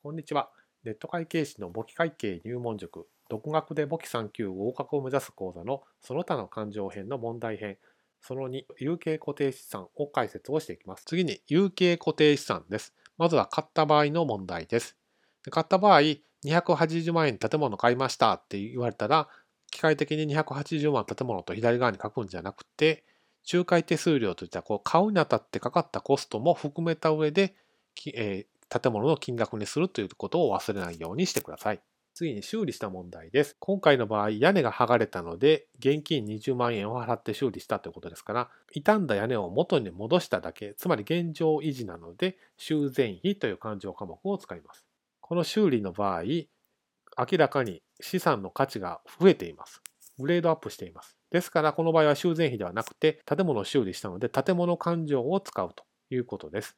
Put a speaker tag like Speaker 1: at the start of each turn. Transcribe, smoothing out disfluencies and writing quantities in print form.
Speaker 1: こんにちは。ネット会計士の簿記会計入門塾、独学で簿記3級合格を目指す講座のその他の勘定編の問題編、その2、有形固定資産を解説をしていきます。次に、有形固定資産です。まずは買った場合の問題です。買った場合、280万円建物買いましたって言われたら、機械的に280万建物と左側に書くんじゃなくて、仲介手数料といった買うにあたってかかったコストも含めた上で、建物の金額にするということを忘れないようにしてください。次に修理した問題です。今回の場合、屋根が剥がれたので、現金20万円を払って修理したということですから、傷んだ屋根を元に戻しただけ、つまり現状維持なので、修繕費という勘定科目を使います。この修理の場合、明らかに資産の価値が増えています。グレードアップしています。ですから、この場合は修繕費ではなくて、建物を修理したので、建物勘定を使うということです。